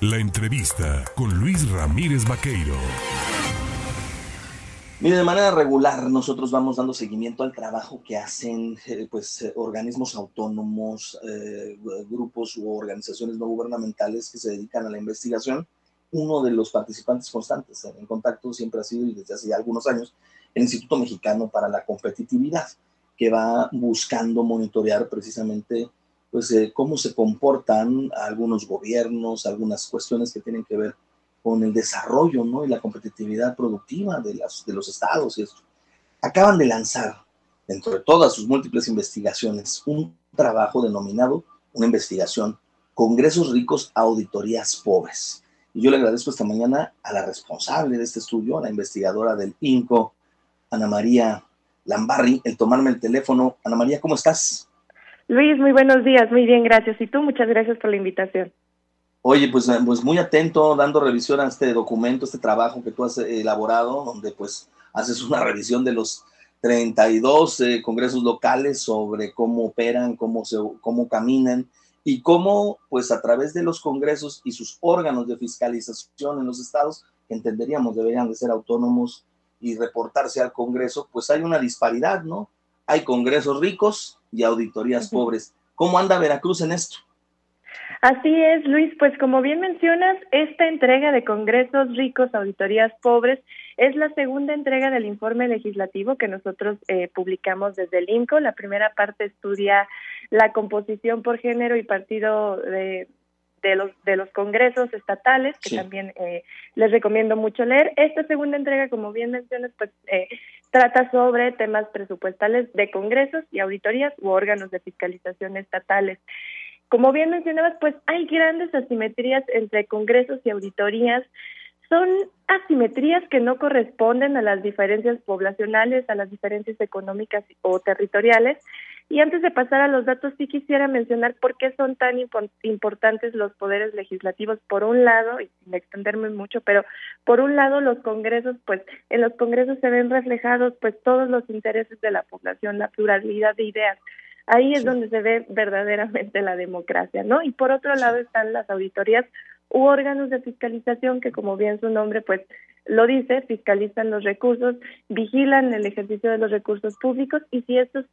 La entrevista con Luis Ramírez Vaqueiro. Mire, de manera regular nosotros vamos dando seguimiento al trabajo que hacen organismos autónomos, grupos u organizaciones no gubernamentales que se dedican a la investigación. Uno de los participantes constantes en contacto siempre ha sido, y desde hace ya algunos años, el Instituto Mexicano para la Competitividad, que va buscando monitorear precisamente cómo se comportan algunos gobiernos, algunas cuestiones que tienen que ver con el desarrollo, ¿no? Y la competitividad productiva de los estados y esto. Acaban de lanzar, dentro de todas sus múltiples investigaciones, un trabajo denominado, una investigación, Congresos ricos, auditorías pobres. Y yo le agradezco esta mañana a la responsable de este estudio, a la investigadora del INCO, Ana María Lambarri, el tomarme el teléfono. Ana María, ¿cómo estás? Luis, muy buenos días, muy bien, gracias. Y tú, muchas gracias por la invitación. Oye, pues muy atento, dando revisión a este documento, este trabajo que tú has elaborado, donde pues haces una revisión de los 32 congresos locales sobre cómo operan, cómo caminan y cómo pues a través de los congresos y sus órganos de fiscalización en los estados, que entenderíamos deberían de ser autónomos y reportarse al Congreso, pues hay una disparidad, ¿no? Hay congresos ricos y auditorías pobres. ¿Cómo anda Veracruz en esto? Así es, Luis, pues como bien mencionas, esta entrega de congresos ricos, auditorías pobres, es la segunda entrega del informe legislativo que nosotros publicamos desde el INCO. La primera parte estudia la composición por género y partido de los congresos estatales, que sí, también les recomiendo mucho leer. Esta segunda entrega, como bien mencionas, pues trata sobre temas presupuestales de congresos y auditorías u órganos de fiscalización estatales. Como bien mencionabas, pues hay grandes asimetrías entre congresos y auditorías. Son asimetrías que no corresponden a las diferencias poblacionales, a las diferencias económicas o territoriales. Y antes de pasar a los datos, sí quisiera mencionar por qué son tan importantes los poderes legislativos. Por un lado, y sin extenderme mucho, pero por un lado los congresos, pues en los congresos se ven reflejados pues todos los intereses de la población, la pluralidad de ideas. Ahí es donde se ve verdaderamente la democracia, ¿no? Y por otro lado están las auditorías u órganos de fiscalización que, como bien su nombre pues lo dice, fiscalizan los recursos, vigilan el ejercicio de los recursos públicos y si estos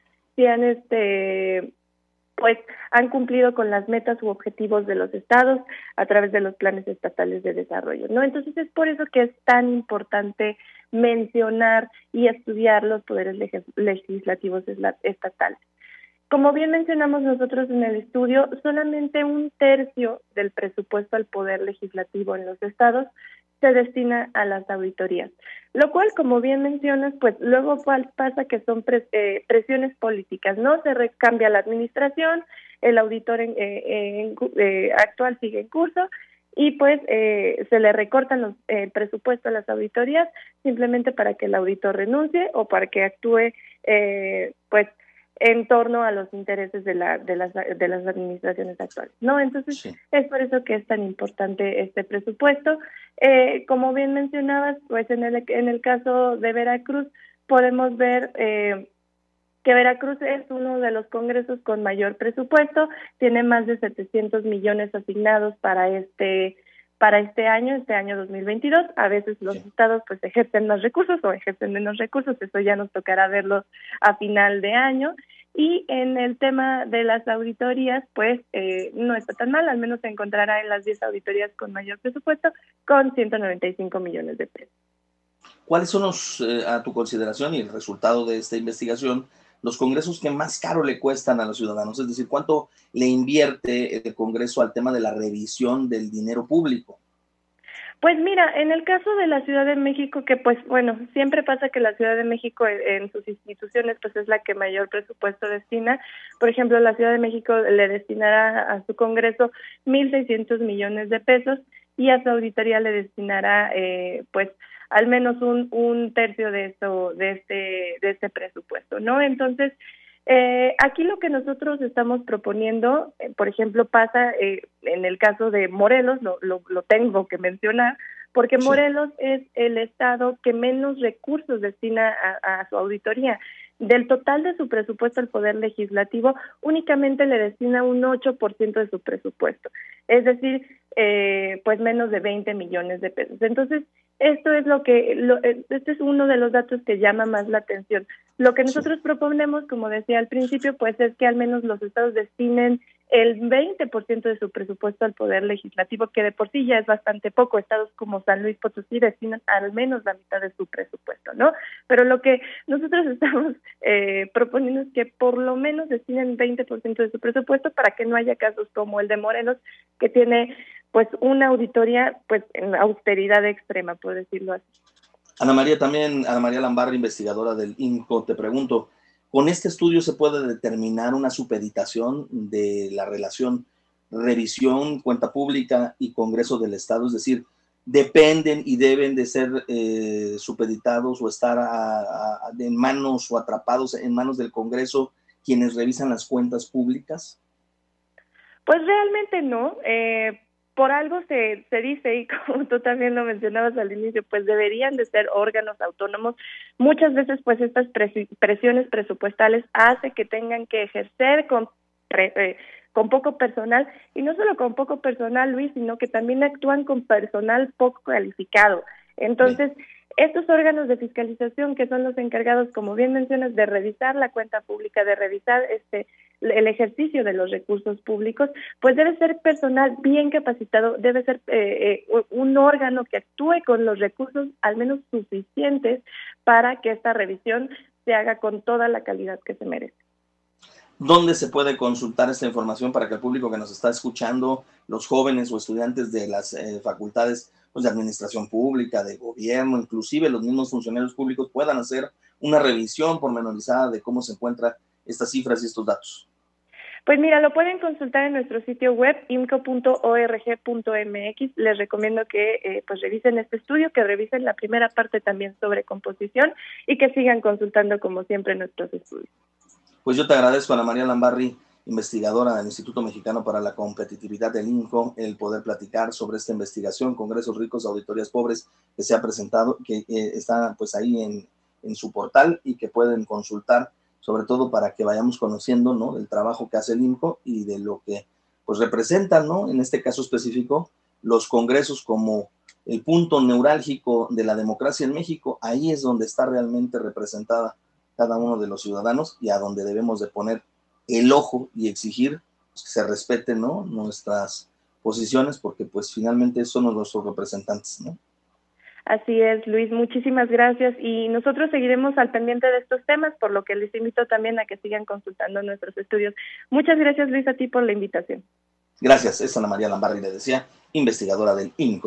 han cumplido con las metas u objetivos de los estados a través de los planes estatales de desarrollo, ¿no? Entonces es por eso que es tan importante mencionar y estudiar los poderes legislativos estatales. Como bien mencionamos nosotros en el estudio, solamente 1/3 del presupuesto al poder legislativo en los estados se destina a las auditorías, lo cual, como bien mencionas, pues luego pasa que son presiones políticas, ¿no? Se cambia la administración, el auditor actual sigue en curso y pues se le recortan el presupuesto a las auditorías simplemente para que el auditor renuncie o para que actúe en torno a los intereses de las administraciones actuales, ¿no? Entonces, sí, es por eso que es tan importante este presupuesto. Como bien mencionabas, pues en el caso de Veracruz, podemos ver que Veracruz es uno de los congresos con mayor presupuesto, tiene más de 700 millones asignados para este año 2022. A veces los estados pues ejercen más recursos o ejercen menos recursos, eso ya nos tocará verlo a final de año. Y en el tema de las auditorías, pues no está tan mal, al menos se encontrará en las 10 auditorías con mayor presupuesto, con 195 millones de pesos. ¿Cuáles son a tu consideración y el resultado de esta investigación, los congresos que más caro le cuestan a los ciudadanos? Es decir, ¿cuánto le invierte el Congreso al tema de la revisión del dinero público? Pues mira, en el caso de la Ciudad de México, que pues bueno, siempre pasa que la Ciudad de México en sus instituciones pues es la que mayor presupuesto destina. Por ejemplo, la Ciudad de México le destinará a su Congreso 1,600 millones de pesos y a su auditoría le destinará pues al menos un 1/3 de este presupuesto, ¿no? Entonces, aquí lo que nosotros estamos proponiendo, por ejemplo, pasa en el caso de Morelos, lo tengo que mencionar, porque sí, Morelos es el estado que menos recursos destina a su auditoría. del total de su presupuesto al Poder Legislativo, únicamente le destina un 8% de su presupuesto, es decir, pues menos de 20 millones de pesos. Entonces, esto es este es uno de los datos que llama más la atención. Lo que nosotros proponemos, como decía al principio, pues es que al menos los estados destinen el 20% de su presupuesto al Poder Legislativo, que de por sí ya es bastante poco. Estados como San Luis Potosí destinan al menos la mitad de su presupuesto, ¿no? Pero lo que nosotros estamos proponiendo es que por lo menos destinen 20% de su presupuesto para que no haya casos como el de Morelos, que tiene pues una auditoría pues en austeridad extrema, por decirlo así. Ana María Lambarri, investigadora del INCO, te pregunto, ¿con este estudio se puede determinar una supeditación de la relación revisión, cuenta pública y Congreso del Estado? Es decir, ¿dependen y deben de ser supeditados o estar en manos o atrapados en manos del Congreso quienes revisan las cuentas públicas? Pues realmente no. Por algo se dice, y como tú también lo mencionabas al inicio, pues deberían de ser órganos autónomos. Muchas veces pues estas presiones presupuestales hace que tengan que ejercer con poco personal, y no solo con poco personal, Luis, sino que también actúan con personal poco calificado. Entonces, estos órganos de fiscalización, que son los encargados, como bien mencionas, de revisar la cuenta pública, de revisar el ejercicio de los recursos públicos, pues debe ser personal bien capacitado, debe ser un órgano que actúe con los recursos al menos suficientes para que esta revisión se haga con toda la calidad que se merece. ¿Dónde se puede consultar esta información para que el público que nos está escuchando, los jóvenes o estudiantes de las facultades pues, de administración pública, de gobierno, inclusive los mismos funcionarios públicos puedan hacer una revisión pormenorizada de cómo se encuentran estas cifras y estos datos? Pues mira, lo pueden consultar en nuestro sitio web imco.org.mx. Les recomiendo que pues revisen este estudio, que revisen la primera parte también sobre composición y que sigan consultando como siempre nuestros estudios. Pues yo te agradezco, Ana María Lambarri, investigadora del Instituto Mexicano para la Competitividad del INCO, el poder platicar sobre esta investigación, Congresos Ricos, Auditorías Pobres, que se ha presentado, que está pues ahí en su portal y que pueden consultar, sobre todo para que vayamos conociendo, ¿no?, del trabajo que hace el INCO y de lo que pues representan, ¿no?, en este caso específico, los congresos como el punto neurálgico de la democracia en México. Ahí es donde está realmente representada cada uno de los ciudadanos y a donde debemos de poner el ojo y exigir pues, que se respeten, ¿no?, nuestras posiciones, porque pues finalmente son nuestros representantes, ¿no? Así es, Luis, muchísimas gracias, y nosotros seguiremos al pendiente de estos temas, por lo que les invito también a que sigan consultando nuestros estudios. Muchas gracias, Luis, a ti por la invitación. Gracias, es Ana María Lambarri, le decía, investigadora del INCO.